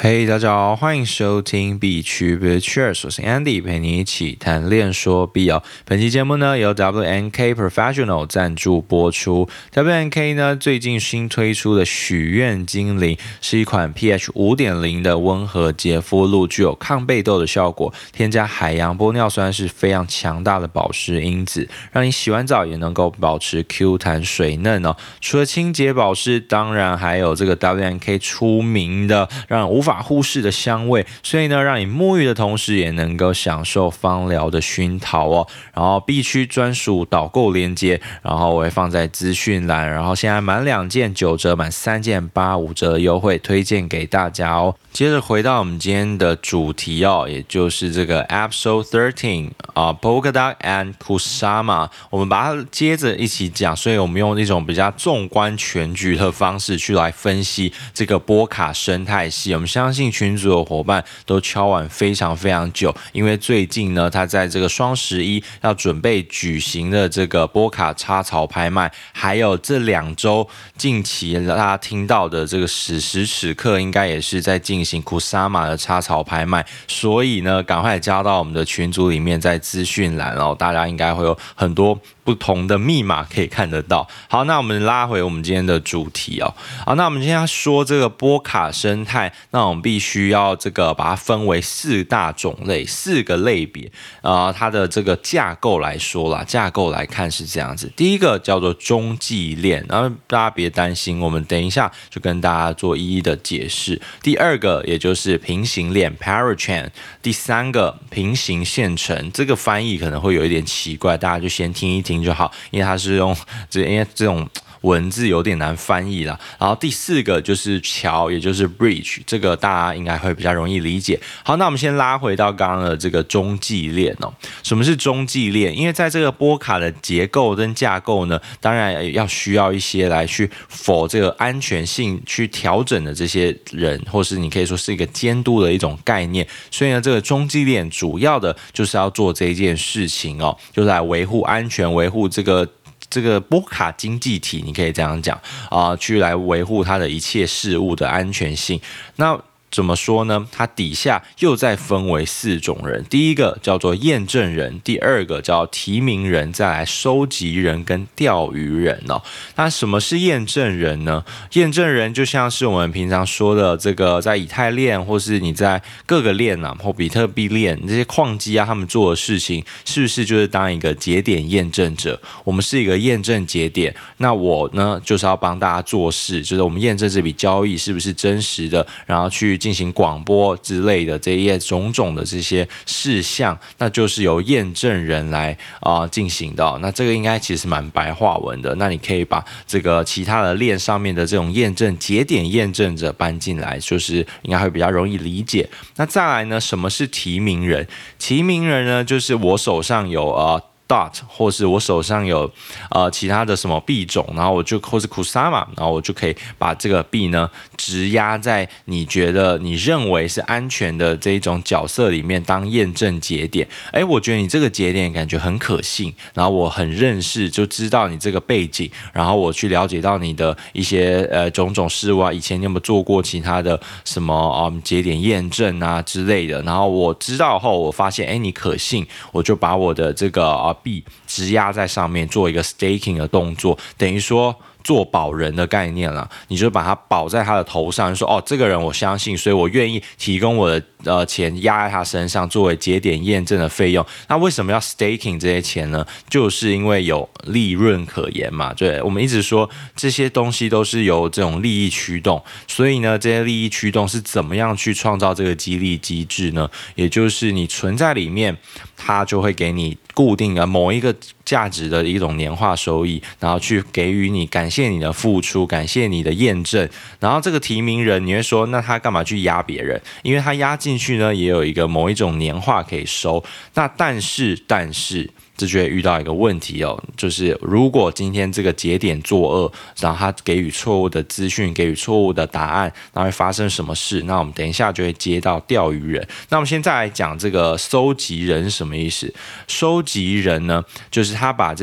嘿，大家好，欢迎收听币趣 Cheers， 我是 Andy， 陪你一起谈练说币哦。本期节目呢由 WNK Professional 赞助播出。WNK 呢最近新推出的许愿精灵是一款 pH 5.0的温和洁肤露，具有抗痘痘的效果，添加海洋玻尿酸是非常强大的保湿因子，让你洗完澡也能够保持 Q 弹水嫩哦。除了清洁保湿，当然还有这个 WNK 出名的让人无法忽视的香味，所以呢，让你沐浴的同时也能够享受芳疗的熏陶哦。然后 B 区专属导购链接，然后我会放在资讯栏。然后现在满2件9折，满3件85折的优惠，推荐给大家哦。接着回到我们今天的主题哦，也就是这个 Episode 13Polkadot and Kusama， 我们把它接着一起讲，所以我们用一种比较纵观全局的方式去来分析这个波卡生态系。我们相信群组的伙伴都敲碗非常非常久，因为最近呢，它在这个双11要准备举行的这个波卡插槽拍卖，还有这2周近期大家听到的这个此时此刻，应该也是在进行 Kusama 的插槽拍卖，所以呢，赶快加到我们的群组里面，在资讯栏哦，大家应该会有很多不同的密码可以看得到。好，那我们拉回我们今天的主题哦。好，那我们今天要说这个波卡生态，那我们必须要这个把它分为4大种类，4个类别它的这个架构来说啦，架构来看是这样子。第一个叫做中继链，然后大家别担心，我们等一下就跟大家做一一的解释。第二个也就是平行链 Parachain， 第3个平行线程，这个翻译可能会有一点奇怪，大家就先听一听就好，因为它是因为这种文字有点难翻译啦。然后第4个就是桥，也就是 bridge， 这个大家应该会比较容易理解。好，那我们先拉回到刚刚的这个中继链哦。什么是中继链？因为在这个波卡的结构跟架构呢，当然要需要一些来去否这个安全性去调整的这些人，或是你可以说是一个监督的一种概念。所以呢，这个中继链主要的就是要做这一件事情哦，就是来维护安全，维护这个波卡经济体，你可以这样讲去来维护它的一切事物的安全性。那怎么说呢？它底下又再分为4种人，第一个叫做验证人，第2个叫提名人，再来收集人跟钓鱼人哦。那什么是验证人呢？验证人就像是我们平常说的这个在以太链，或是你在各个链或比特币链这些矿机他们做的事情，是不是就是当一个节点验证者？我们是一个验证节点，那我呢就是要帮大家做事，就是我们验证这笔交易是不是真实的，然后去进行广播之类的这些种种的这些事项，那就是由验证人来进行的那这个应该其实蛮白话文的。那你可以把这个其他的链上面的这种验证节点验证者搬进来，就是应该会比较容易理解。那再来呢，什么是提名人？提名人呢，就是我手上有dot， 或是我手上有其他的什么币种，然后我就或是 Kusama， 然后我就可以把这个币呢质押在你觉得你认为是安全的这一种角色里面当验证节点。我觉得你这个节点感觉很可信，然后我很认识，就知道你这个背景，然后我去了解到你的一些种种事物以前你有没有做过其他的什么节点验证之类的，然后我知道后我发现你可信，我就把我的这个币质押在上面做一个 staking 的动作，等于说做保人的概念啦，你就把它保在他的头上，就说这个人我相信，所以我愿意提供我的钱压在他身上作为节点验证的费用。那为什么要 staking 这些钱呢？就是因为有利润可言嘛。对，我们一直说这些东西都是由这种利益驱动，所以呢，这些利益驱动是怎么样去创造这个激励机制呢？也就是你存在里面，它就会给你固定的某一个价值的一种年化收益，然后去给予你感谢你的付出，感谢你的验证。然后这个提名人你会说，那他干嘛去压别人？因为他压进去呢，也有一个某一种年化可以收。那但是这就会遇到一个问题就是如果今天这个节点作恶，然后他给予错误的资讯，给予错误的答案，然后会发生什么事？那我们等一下就会接到钓鱼人。那我们现在来讲这个收集人是什么意思？收集人呢，就是他把这些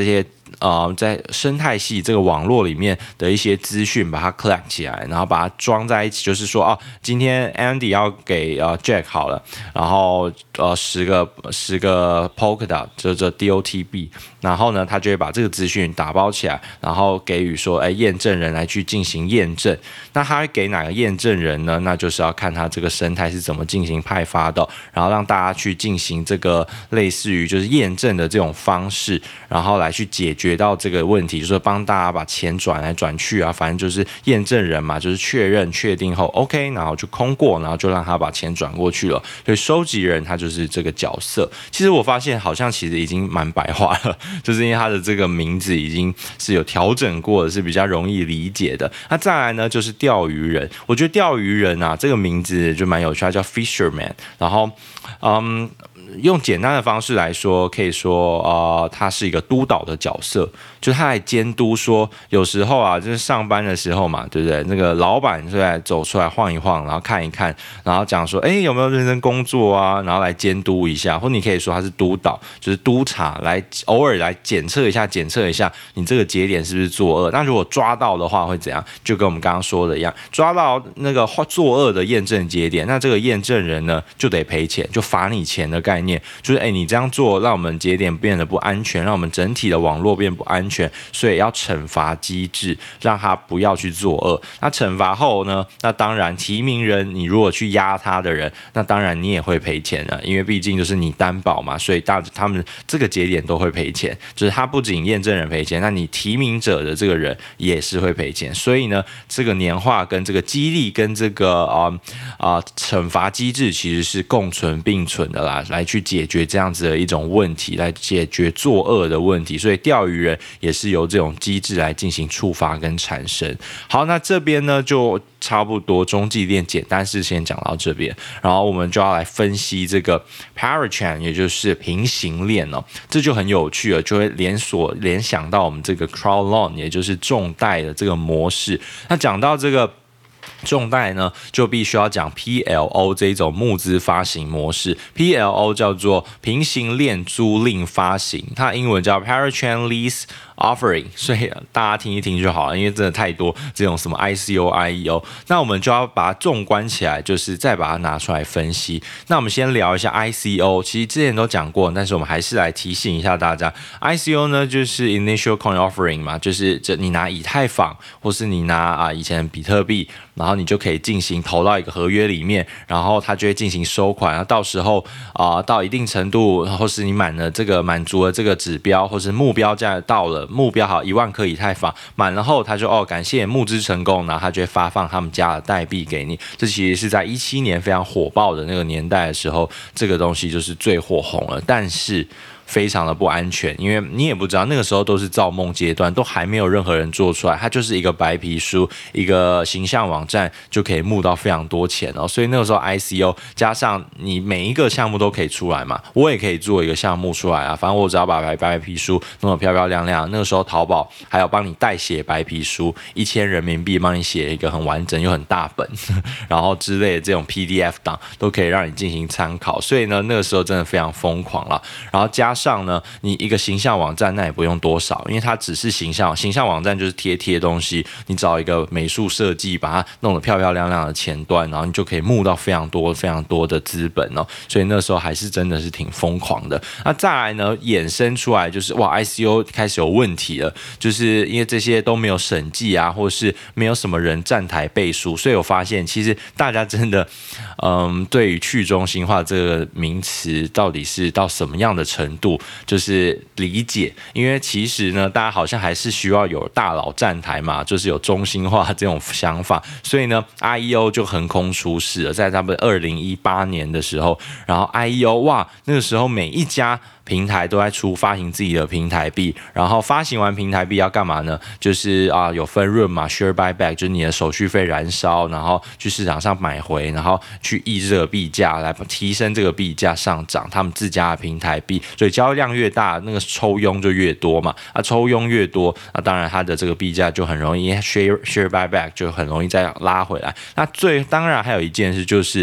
在生态系这个网络里面的一些资讯，把它 collect 起来，然后把它装在一起，就是说今天 Andy 要给Jack 好了，然后10个 Polkadot 这 DOT 币，然后呢，他就会把这个资讯打包起来，然后给予说验证人来去进行验证。那他会给哪个验证人呢？那就是要看他这个生态是怎么进行派发的，然后让大家去进行这个类似于就是验证的这种方式，然后来去解决到这个问题，就是帮大家把钱转来转去啊，反正就是验证人嘛，就是确认确定后 OK， 然后就通过，然后就让他把钱转过去了。所以收集人他就是这个角色。其实我发现好像其实已经蛮白话了，就是因为他的这个名字已经是有调整过的，是比较容易理解的。那再来呢，就是钓鱼人。我觉得钓鱼人啊这个名字就蛮有趣，他叫 Fisherman， 然后用简单的方式来说，可以说他是一个督导的角色，就是他来监督说，有时候啊，就是上班的时候嘛，对不对？那个老板就来走出来晃一晃，然后看一看，然后讲说，有没有认真工作啊？然后来监督一下，或你可以说他是督导，就是督察，来偶尔来检测一下你这个节点是不是作恶。那如果抓到的话会怎样？就跟我们刚刚说的一样，抓到那个作恶的验证节点，那这个验证人呢就得赔钱，就罚你钱的概念，就是你这样做让我们节点变得不安全，让我们整体的网络变不安全，所以要惩罚机制，让他不要去作恶。那惩罚后呢，那当然提名人你如果去压他的人，那当然你也会赔钱了，因为毕竟就是你担保嘛，所以他们这个节点都会赔钱，就是他不仅验证人赔钱，那你提名者的这个人也是会赔钱。所以呢，这个年化跟这个激励跟这个惩罚机制其实是共存并存的啦，来去解决这样子的一种问题，来解决作恶的问题。所以钓鱼人也是由这种机制来进行触发跟产生。好，那这边呢就差不多中继链简单是先讲到这边，然后我们就要来分析这个 Parachain， 也就是平行链哦，这就很有趣了，就会联想到我们这个 Crowd Loan， 也就是众贷的这个模式。那讲到这个众贷呢，就必须要讲 PLO 这一种募资发行模式。PLO 叫做平行链租赁发行，它英文叫 Parachain Lease Offering， 所以大家听一听就好了，因为真的太多这种什么 ICO、IEO， 那我们就要把它纵观起来，就是再把它拿出来分析。那我们先聊一下 ICO， 其实之前都讲过，但是我们还是来提醒一下大家 ，ICO 呢就是 Initial Coin Offering 嘛，就是你拿以太坊，或是你拿以前比特币，然后你就可以进行投到一个合约里面，然后它就会进行收款，然后到时候到一定程度，或是你满足了这个指标，或是目标价到了。目标好1万颗以太坊满了后，他就感谢募资成功，然后他就会发放他们家的代币给你。这其实是在2017年非常火爆的那个年代的时候，这个东西就是最火红了，但是非常的不安全，因为你也不知道那个时候都是造梦阶段，都还没有任何人做出来，它就是一个白皮书，一个形象网站就可以募到非常多钱哦。所以那个时候 ICO 加上你每一个项目都可以出来嘛，我也可以做一个项目出来啊，反正我只要把白皮书弄得漂漂亮亮。那个时候淘宝还有帮你代写白皮书，1000人民币帮你写一个很完整又很大本，然后之类的这种 PDF 档都可以让你进行参考。所以呢，那个时候真的非常疯狂了。然后加上呢，你一个形象网站那也不用多少，因为它只是形象网站就是贴东西，你找一个美术设计把它弄得漂漂亮亮的前端，然后你就可以募到非常多的资本哦。所以那时候还是真的是挺疯狂的。那再来呢，衍生出来就是ICO 开始有问题了，就是因为这些都没有审计啊，或是没有什么人站台背书，所以我发现其实大家真的对于去中心化这个名词到底是到什么样的程度就是理解，因为其实呢，大家好像还是需要有大佬站台嘛，就是有中心化这种想法，所以呢 ，IEO 就横空出世了，在他们2018年的时候，然后 IEO 那个时候每一家平台都在发行自己的平台币，然后发行完平台币要干嘛呢？就是有分润嘛 ，share buyback， 就是你的手续费燃烧，然后去市场上买回，然后去抑制这个币价，来提升这个币价上涨。他们自家的平台币，所以交易量越大，那个抽佣就越多嘛。抽佣越多，当然它的这个币价就很容易 share buyback 就很容易再拉回来。那当然还有一件事就是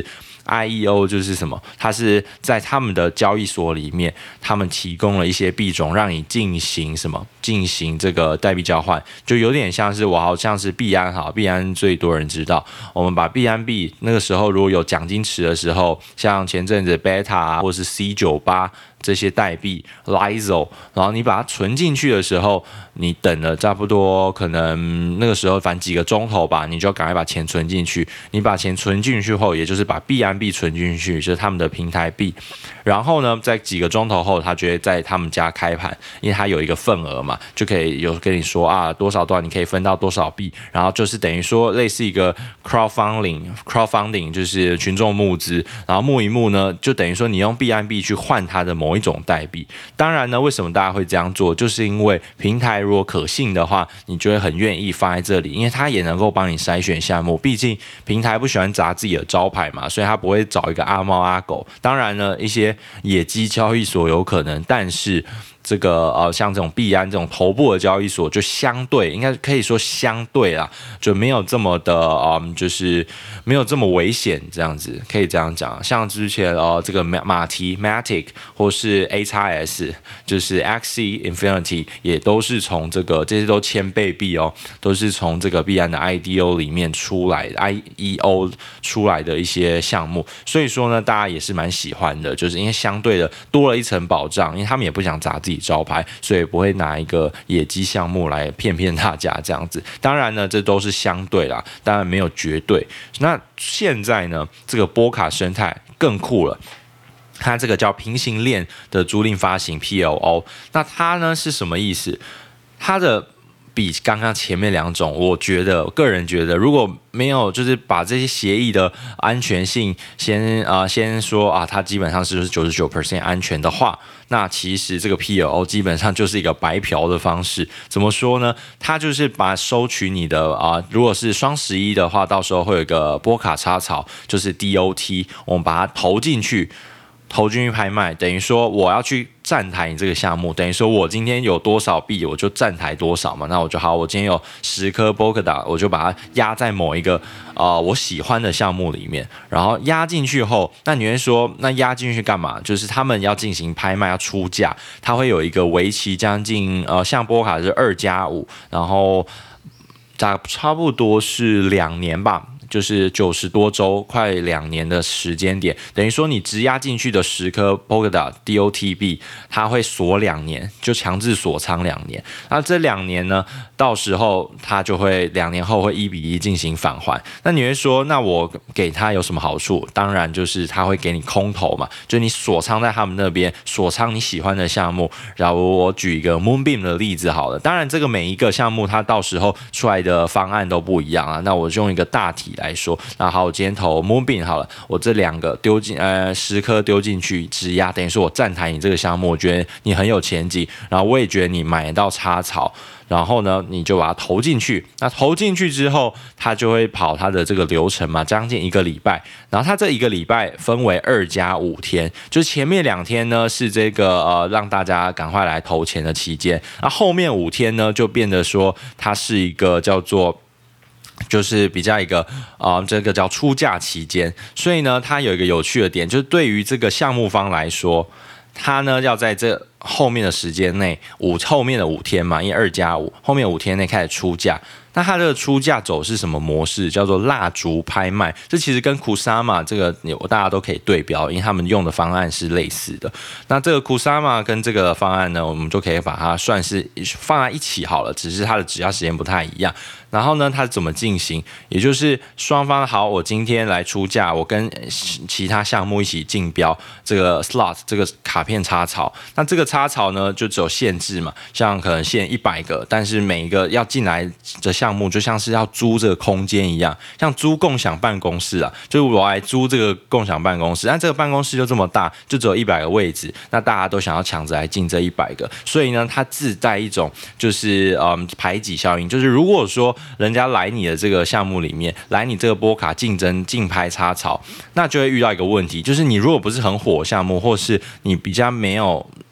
IEO 就是什么？它是在他们的交易所里面，他们提供了一些币种，让你进行什么？进行这个代币交换，就有点像是我好像是币安好，币安最多人知道。我们把币安币那个时候如果有奖金池的时候，像前阵子 Beta 啊，或是 C98。这些代币 Lizo， 然后你把它存进去的时候，你等了差不多可能那个时候反正几个钟头吧，你就要赶快把钱存进去。你把钱存进去后，也就是把币安币存进去，就是他们的平台币。然后呢，在几个钟头后，他就会在他们家开盘，因为他有一个份额嘛，就可以有跟你说啊多少你可以分到多少币，然后就是等于说类似一个 crowdfunding 就是群众募资，然后募一募呢，就等于说你用币安币去换它的某一种代币。当然呢，为什么大家会这样做，就是因为平台如果可信的话，你就会很愿意放在这里，因为它也能够帮你筛选项目。毕竟平台不喜欢砸自己的招牌嘛，所以他不会找一个阿猫阿狗。当然呢，一些野鸡交易所有可能，但是这个像这种币安这种头部的交易所，就相对应该可以说相对啦，就没有这么的就是没有这么危险，这样子可以这样讲。像之前这个马蹄 Matic 或是 AXS， 就是 Axie Infinity 也都是从这些都千倍币都是从这个币安的 IDO 里面出来 IEO 出来的一些项目，所以说呢，大家也是蛮喜欢的，就是因为相对的多了一层保障，因为他们也不想砸自己招牌，所以不会拿一个野鸡项目来骗大家这样子。当然呢，这都是相对啦，当然没有绝对。那现在呢，这个波卡生态更酷了。它这个叫平行链的租赁发行 PLO， 那它呢是什么意思？它的比刚刚前面两种，我个人觉得，如果没有就是把这些协议的安全性先说啊，它基本上是 99% 安全的话，那其实这个 PLO 基本上就是一个白嫖的方式。怎么说呢？它就是把收取你的如果是双11的话，到时候会有一个波卡插槽，就是 DOT， 我们把它投进去拍卖，等于说我要去站台你这个项目，等于说我今天有多少币，我就站台多少嘛。那我今天有10颗 Polkadot， 我就把它压在某一个我喜欢的项目里面，然后压进去后，那你会说，那压进去干嘛？就是他们要进行拍卖，要出价，它会有一个为期将近像波卡是2+5，然后差不多是2年吧。就是90多周，快2年的时间点，等于说你质押进去的10颗 Polkadot DOTB， 它会锁2年，就强制锁仓2年。那这2年呢，到时候它就会2年后会1:1进行返还。那你会说，那我给他有什么好处？当然就是他会给你空投嘛，就你锁仓在他们那边，锁仓你喜欢的项目。然后我举一个 Moonbeam 的例子好了，当然这个每一个项目它到时候出来的方案都不一样啊。那我就用一个大体来说，那好，我今天投 Moonbeam 好了，我这2个丢进10颗丢进去质押，等于说我站台你这个项目，我觉得你很有前景，然后我也觉得你买得到插槽，然后呢你就把它投进去。那投进去之后，它就会跑它的这个流程嘛，将近1个礼拜。然后它这1个礼拜分为2+5天，就是前面2天呢是这个让大家赶快来投钱的期间，那后面5天呢就变得说它是一个叫做。就是比较一个这个叫出价期间，所以呢，它有一个有趣的点，就是对于这个项目方来说，它呢要在这后面的时间内，后面的5天嘛，因为2+5，后面5天内开始出价。那它的出价走是什么模式？叫做蜡烛拍卖。这其实跟 Kusama 这个大家都可以对标，因为他们用的方案是类似的。那这个 Kusama 跟这个方案呢，我们就可以把它算是放在一起好了，只是它的质押时间不太一样。然后呢，它怎么进行？也就是双方好，我今天来出价，我跟其他项目一起竞标这个 slot 这个卡片插槽。那这个插槽呢，就只有限制嘛，像可能限100个，但是每一个要进来的项目就像是要租这个空间一样，像租共享办公室啊，就是我来租这个共享办公室，那这个办公室就这么大，就只有100个位置，那大家都想要抢着来进这100个，所以呢，它自带一种就是排挤效应，就是如果说人家来你的这个项目里面，来你这个波卡竞争竞拍插槽，那就会遇到一个问题，就是你如果不是很火项目，或是你比较没有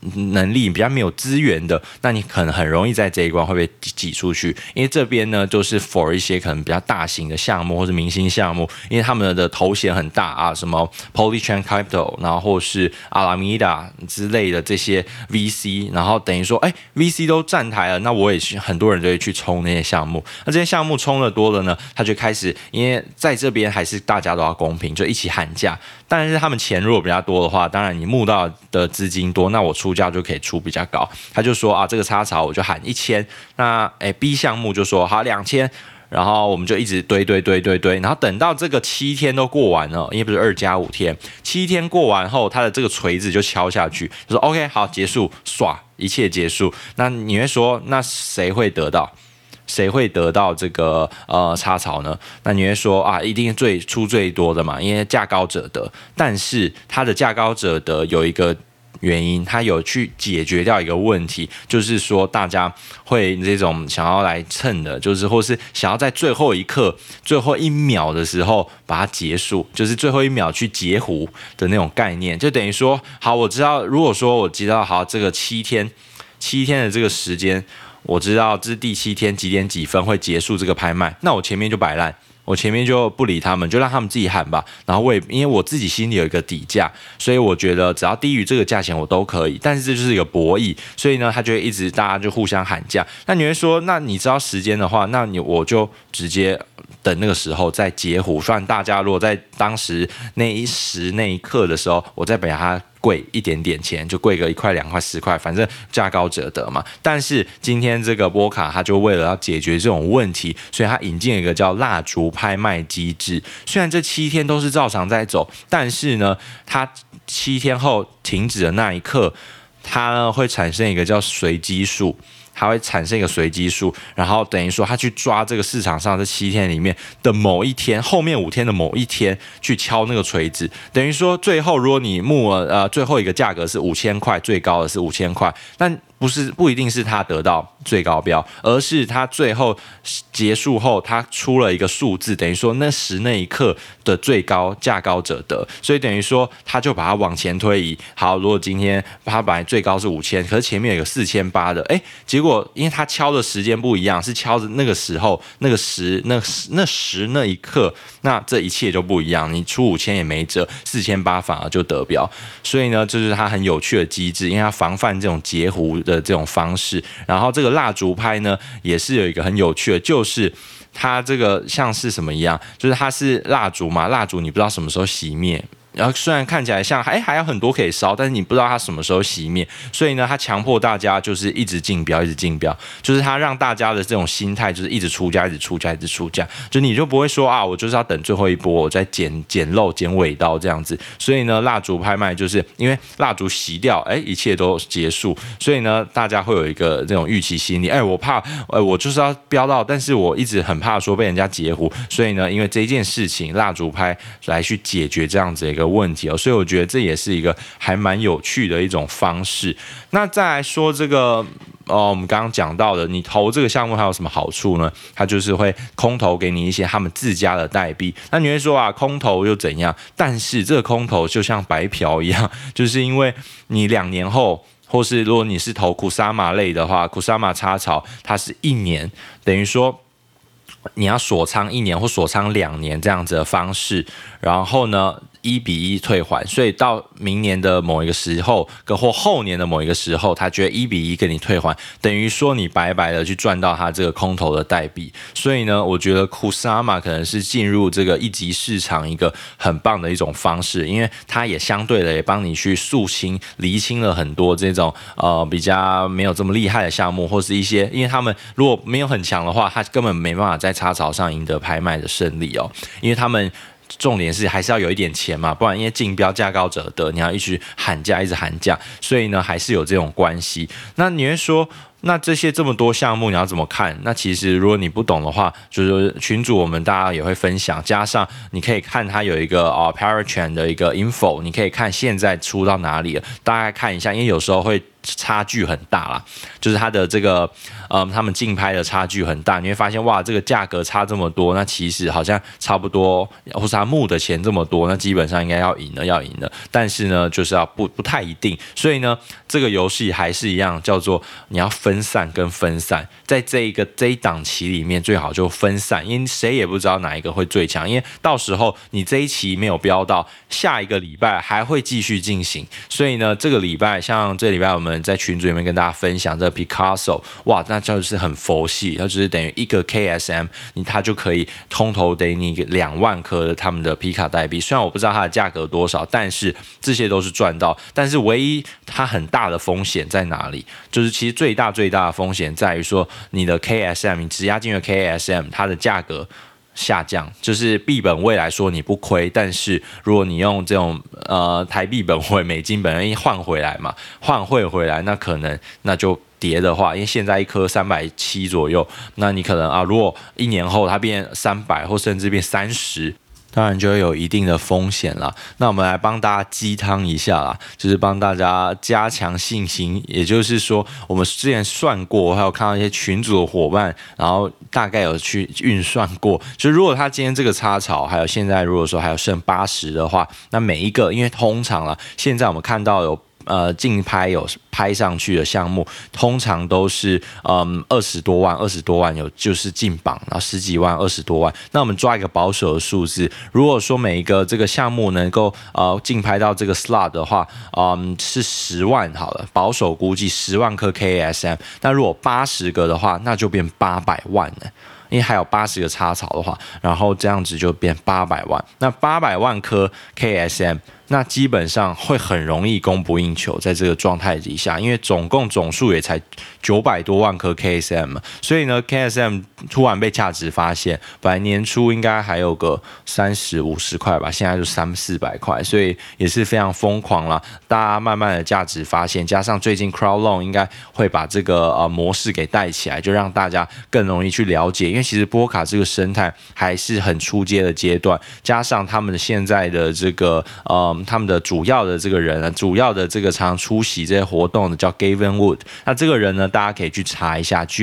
能力比较没有资源的，那你可能很容易在这一关会被挤出去，因为这边呢就是 for 一些可能比较大型的项目或者明星项目，因为他们的头衔很大啊，什么 Polychain Capital， 然后或是 Alameda 之类的这些 VC， 然后等于说VC 都站台了，那我也是很多人就会去冲那些项目，那这些项目冲的多了呢，他就开始，因为在这边还是大家都要公平，就一起喊价，但是他们钱如果比较多的话，当然你募到的资金多，那我出价就可以出比较高。他就说啊，这个插槽我就喊1000，那B 项目就说好2000，然后我们就一直堆，然后等到这个7天都过完了，因为不是2+5天，7天过完后，他的这个锤子就敲下去，就说 OK 好结束，唰，一切结束。那你会说，那谁会得到？谁会得到这个插槽呢？那你会说啊，一定出最多的嘛，因为价高者得。但是它的价高者得有一个原因，它有去解决掉一个问题，就是说大家会这种想要来蹭的，就是或是想要在最后一刻、最后1秒的时候把它结束，就是最后1秒去截胡的那种概念，就等于说，好，我知道，如果说我知道好这个7天的这个时间。我知道这是第7天几点几分会结束这个拍卖，那我前面就摆烂，我前面就不理他们，就让他们自己喊吧。然后因为我自己心里有一个底价，所以我觉得只要低于这个价钱我都可以。但是这就是一个博弈，所以呢，他就会一直大家就互相喊价。那你会说，那你知道时间的话，那我就直接等那个时候再截胡。虽然大家如果在当时那一刻的时候，我再把它贵一点点钱，就贵个1块2块10块，反正价高者得嘛。但是今天这个波卡他就为了要解决这种问题，所以他引进了一个叫蜡烛拍卖机制。虽然这7天都是照常在走，但是呢，它7天后停止的那一刻，它呢会产生一个叫随机数。它会产生一个随机数，然后等于说它去抓这个市场上这7天里面的某一天，后面5天的某一天去敲那个锤子，等于说最后如果你募了最后一个价格是5000块，最高的是5000块，但不一定是他得到最高标，而是他最后结束后，他出了一个数字，等于说那一刻的最高价高者得，所以等于说他就把它往前推移。好，如果今天他本来最高是5000，可是前面有个4800的，结果因为他敲的时间不一样，是敲的那个时候那一刻，那这一切就不一样，你出5000也没辙，4800反而就得标。所以呢，这就是它很有趣的机制，因为它防范这种截胡的这种方式。然后这个蜡烛拍呢，也是有一个很有趣的，就是它这个像是什么一样，就是它是蜡烛嘛，蜡烛你不知道什么时候熄灭。然后虽然看起来像还有很多可以烧，但是你不知道它什么时候熄灭，所以呢，它强迫大家就是一直竞标，就是它让大家的这种心态就是一直出价，就你就不会说啊，我就是要等最后一波，我再捡漏、捡尾刀这样子。所以呢，蜡烛拍卖就是因为蜡烛熄掉，一切都结束，所以呢，大家会有一个这种预期心理，我怕，我就是要标到，但是我一直很怕说被人家截胡，所以呢，因为这件事情，蜡烛拍来去解决这样子的一个问题所以我觉得这也是一个还蛮有趣的一种方式。那再来说这个我们刚刚讲到的，你投这个项目还有什么好处呢？它就是会空投给你一些他们自家的代币。那你会说啊，空投又怎样？但是这个空投就像白嫖一样，就是因为你2年后，或是如果你是投 Kusama 类的话 ，Kusama 插槽它是1年，等于说你要锁仓1年或锁仓2年这样子的方式，然后呢1:1退还，所以到明年的某一个时候，或后年的某一个时候，他觉得1:1跟你退还，等于说你白白的去赚到他这个空头的代币。所以呢，我觉得 Kusama 可能是进入这个一级市场一个很棒的一种方式，因为它也相对的也帮你去厘清了很多这种比较没有这么厉害的项目，或是一些因为他们如果没有很强的话，他根本没办法在插槽上赢得拍卖的胜利因为他们。重点是还是要有一点钱嘛，不然因为竞标价高者得，你要一直喊价，所以呢还是有这种关系。那你会说那这些这么多项目你要怎么看？那其实如果你不懂的话，就是群组我们大家也会分享，加上你可以看它有一个Parachain 的一个 info， 你可以看现在出到哪里了，大概看一下，因为有时候会差距很大啦，就是它的这个他们竞拍的差距很大，你会发现哇，这个价格差这么多，那其实好像差不多，或是他募的钱这么多，那基本上应该要赢了，但是呢，就是要不太一定，所以呢，这个游戏还是一样，叫做你要分散跟分散，在这一档期里面最好就分散，因为谁也不知道哪一个会最强，因为到时候你这一期没有标到，下一个礼拜还会继续进行，所以呢，这个礼拜像这礼拜我们在群组里面跟大家分享这个 Picasso， 哇，那就是很佛系，它就是等于一个 KSM， 它就可以通头给你2万颗的他们的皮卡代币。虽然我不知道它的价格多少，但是这些都是赚到。但是唯一它很大的风险在哪里？就是其实最大的风险在于说你的 KSM， 你质押进的 KSM， 它的价格下降，就是币本位来说你不亏，但是如果你用这种台币本位、美金本位换回来嘛，换汇回来，那就跌的话，因为现在一颗370左右，那你可能如果1年后它变300或甚至变30。当然就会有一定的风险啦。那我们来帮大家鸡汤一下啦，就是帮大家加强信心。也就是说，我们之前算过，还有看到一些群组的伙伴，然后大概有去运算过，就是如果他今天这个插槽，还有现在如果说还有剩80的话，那每一个，因为通常啦，现在我们看到有竞拍有拍上去的项目，通常都是20多万有就是进榜，然后10几万、20多万。那我们抓一个保守的数字，如果说每一个这个项目能够竞拍到这个 slot 的话，是10万好了，保守估计10万颗 KSM。那如果80个的话，那就变800万了。因为还有80个插槽的话，然后这样子就变800万。那800万颗 KSM， 那基本上会很容易供不应求，在这个状态底下，因为总数也才900多万颗 KSM， 所以呢 KSM 突然被价值发现，本来年初应该还有个30-50块吧，现在就300-400块，所以也是非常疯狂啦。大家慢慢的价值发现，加上最近 Crowd Loan 应该会把这个模式给带起来，就让大家更容易去了解，因为其实波卡这个生态还是很初阶的阶段，加上他们现在的这个他们的主要的这个人呢，主要的这个常出席这些活动的叫 Gavin Wood， 那这个人呢，大家可以去查一下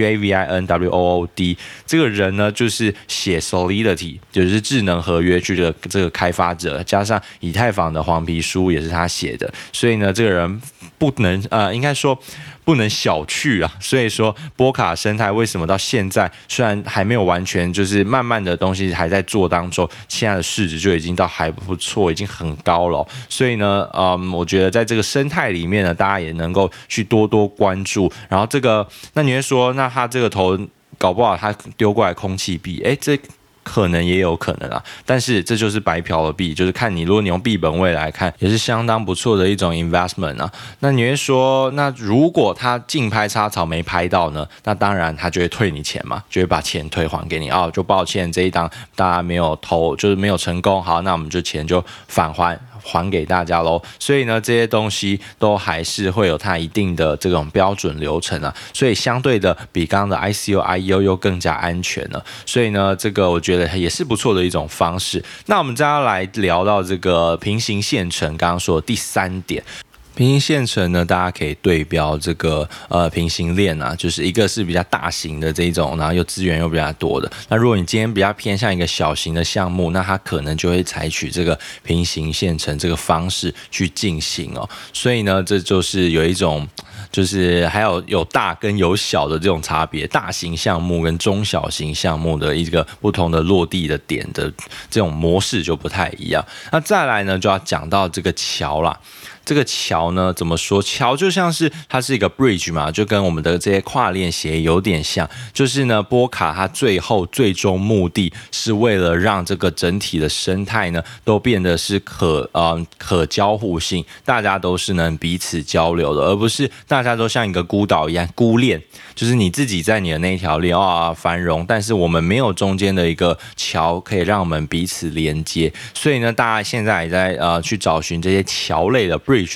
GAVINWOOD， 这个人呢就是写 Solidity， 就是智能合约区的这个开发者，加上以太坊的黄皮书也是他写的，所以呢，这个人不能应该说不能小觑啊。所以说波卡生态为什么到现在虽然还没有完全，就是慢慢的东西还在做当中，现在的市值就已经到还不错，已经很高了。所以呢，我觉得在这个生态里面呢，大家也能够去多多关注。然后这个，那你会说，那他这个头搞不好他丢过来空气币，这可能也有可能啊，但是这就是白嫖的币，就是看你，如果你用币本位来看，也是相当不错的一种 investment 啊。那你会说，那如果他竞拍插槽没拍到呢？那当然他就会退你钱嘛，就会把钱退还给你就抱歉，这一档大家没有投，就是没有成功，好，那我们就钱就返还给大家咯。所以呢，这些东西都还是会有它一定的这种标准流程啊，所以相对的比刚刚的 ICO、IEO 又更加安全了。所以呢，这个我觉得也是不错的一种方式。那我们再来聊到这个平行线程，刚刚说的第3点。平行线程呢，大家可以对标这个平行链啊，就是一个是比较大型的这一种，然后又资源又比较多的。那如果你今天比较偏向一个小型的项目，那它可能就会采取这个平行线程这个方式去进行哦。所以呢，这就是有一种，就是还有大跟有小的这种差别，大型项目跟中小型项目的一个不同的落地的点的这种模式就不太一样。那再来呢，就要讲到这个桥啦。这个桥呢，怎么说？桥就像是它是一个 bridge 嘛，就跟我们的这些跨链协有点像。就是呢，波卡它最终目的是为了让这个整体的生态呢，都变得是可交互性，大家都是能彼此交流的，而不是大家都像一个孤岛一样孤链，就是你自己在你的那一条链繁荣，但是我们没有中间的一个桥可以让我们彼此连接。所以呢，大家现在也在去找寻这些桥类的 bridge 类的项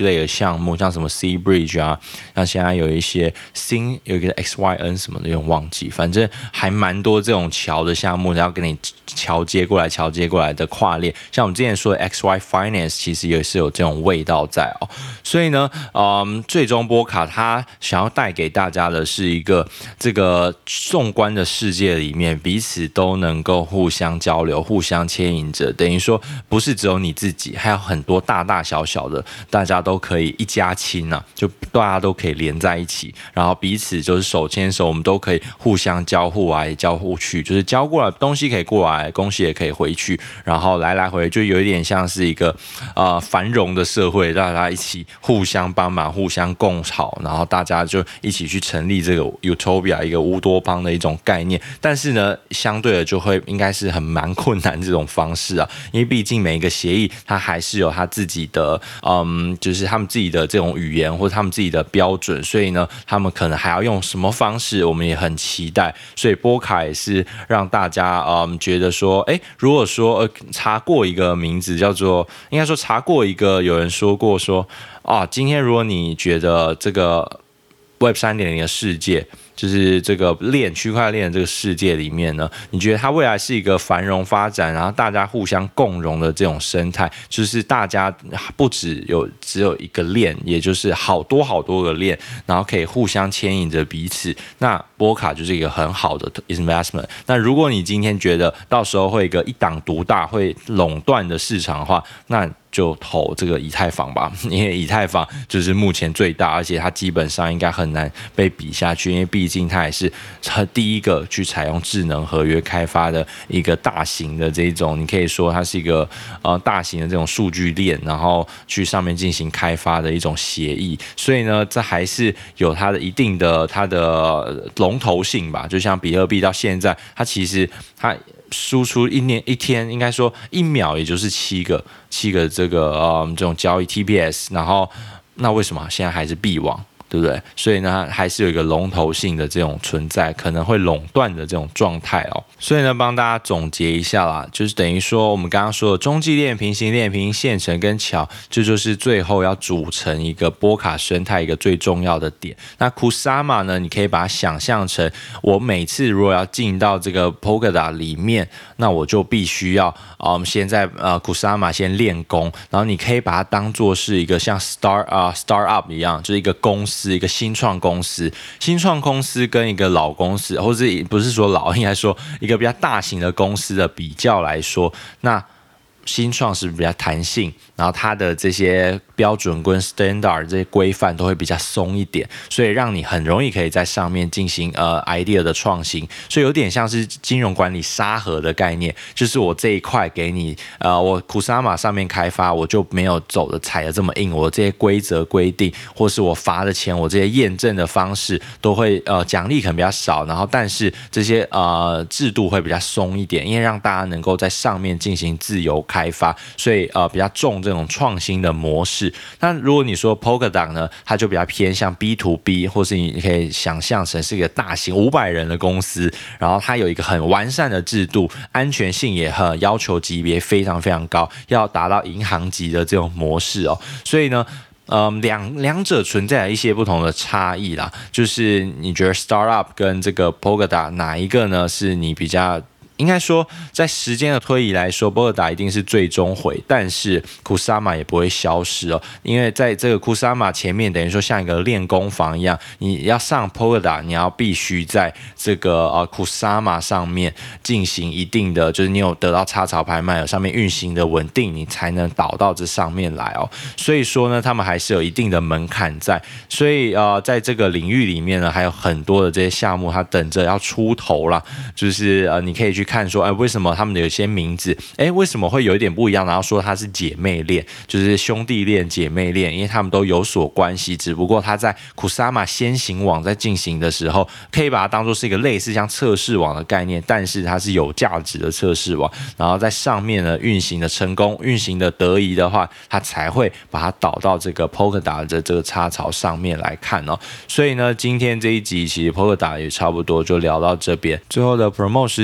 项目，像什么 Sea Bridge 啊，像现在有一些有一个 XYN 什么的，有点忘记，反正还蛮多这种桥的项目，然后跟你桥接过来的跨链，像我们之前说的 XY Finance， 其实也是有这种味道在哦。所以呢，最终波卡他想要带给大家的是一个这个纵观的世界里面，彼此都能够互相交流、互相牵引着，等于说不是只有你自己，还有很多大大小小的，大家都可以一家亲啊，就大家都可以连在一起，然后彼此就是手牵手，我们都可以互相交互来交互去，就是交过来东西可以过来，东西也可以回去，然后来来回就有一点像是一个繁荣的社会，大家一起互相帮忙、互相共好，然后大家就一起去成立这个 Utopia 一个乌多邦的一种概念。但是呢，相对的就会应该是蛮困难这种方式啊，因为毕竟每一个协议它还是有它自己的就是他们自己的这种语言或者他们自己的标准，所以呢，他们可能还要用什么方式，我们也很期待。所以波卡也是让大家觉得说，如果说查过一个名字叫做，应该说查过一个有人说过说今天如果你觉得这个 Web 3.0 的世界，就是这个区块链这个世界里面呢，你觉得它未来是一个繁荣发展，然后大家互相共荣的这种生态，就是大家不只有一个链，也就是好多个链，然后可以互相牵引着彼此。那波卡就是一个很好的 investment。那如果你今天觉得到时候会一个一党独大，会垄断的市场的话，那就投这个以太坊吧，因为以太坊就是目前最大，而且它基本上应该很难被比下去，因为毕竟它也是第一个去采用智能合约开发的一个大型的这种，你可以说它是一个大型的这种数据链，然后去上面进行开发的一种协议，所以呢，这还是有它的一定的它的龙头性吧。就像比特币到现在，它其实它输出一天应该说1秒也就是7个这个这种交易 TPS， 然后那为什么现在还是币王？对不对？所以呢，还是有一个龙头性的这种存在，可能会垄断的这种状态哦。所以呢，帮大家总结一下啦，就是等于说我们刚刚说的中继链、平行链、平行线程跟桥，这就是最后要组成一个波卡生态一个最重要的点。那 Kusama 呢，你可以把它想象成，我每次如果要进到这个 Polkadot 里面，那我就必须要先在Kusama 先练功，然后你可以把它当做是一个像 startup 一样，就是一个公司。一个新创公司跟一个老公司，或者不是说老，应该说一个比较大型的公司的比较来说，那新创是比较弹性，然后它的这些标准跟 standard 这些规范都会比较松一点，所以让你很容易可以在上面进行idea 的创新，所以有点像是金融管理沙盒的概念，就是我这一块给你我 Kusama 上面开发，我就没有踩的这么硬，我这些规则规定或是我罚的钱，我这些验证的方式都会奖励可能比较少，然后但是这些制度会比较松一点，因为让大家能够在上面进行自由开发，所以比较重这种创新的模式。那如果你说 Polkadot 呢，它就比较偏向 B to B， 或是你可以想象成是一个大型500人的公司，然后它有一个很完善的制度，安全性也很要求级别非常非常高，要达到银行级的这种模式哦。所以呢，两者存在一些不同的差异啦，就是你觉得 Startup 跟这个 Polkadot 哪一个呢是你比较？应该说，在时间的推移来说，波尔达一定是最终回，但是库萨玛也不会消失哦。因为在这个库萨玛前面，等于说像一个练功房一样，你要上波尔达，你要必须在这个库萨玛上面进行一定的，就是你有得到插槽拍卖，有上面运行的稳定，你才能导到这上面来哦。所以说呢，他们还是有一定的门槛在。所以在这个领域里面呢，还有很多的这些项目，它等着要出头啦。就是你可以去看说，为什么他们的有些名字，为什么会有一点不一样？然后说它是姐妹链，就是兄弟链、姐妹链，因为他们都有所关系。只不过它在 Kusama 先行网在进行的时候，可以把它当作是一个类似像测试网的概念，但是它是有价值的测试网。然后在上面呢运行的成功、运行的得宜的话，它才会把它导到这个 Polkadot 的这个插槽上面来看哦。所以呢，今天这一集其实 Polkadot 也差不多就聊到这边。最后的 promote 时间。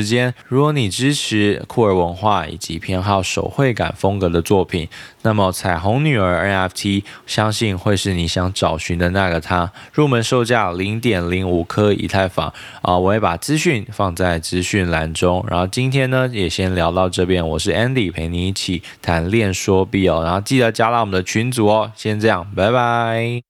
如果你支持酷儿文化以及偏好手绘感风格的作品，那么彩虹女儿 NFT 相信会是你想找寻的那个她。入门售价0.05颗以太坊我会把资讯放在资讯栏中。然后今天呢也先聊到这边，我是 Andy， 陪你一起谈练说 BL， 然后记得加到我们的群组哦。先这样，拜拜。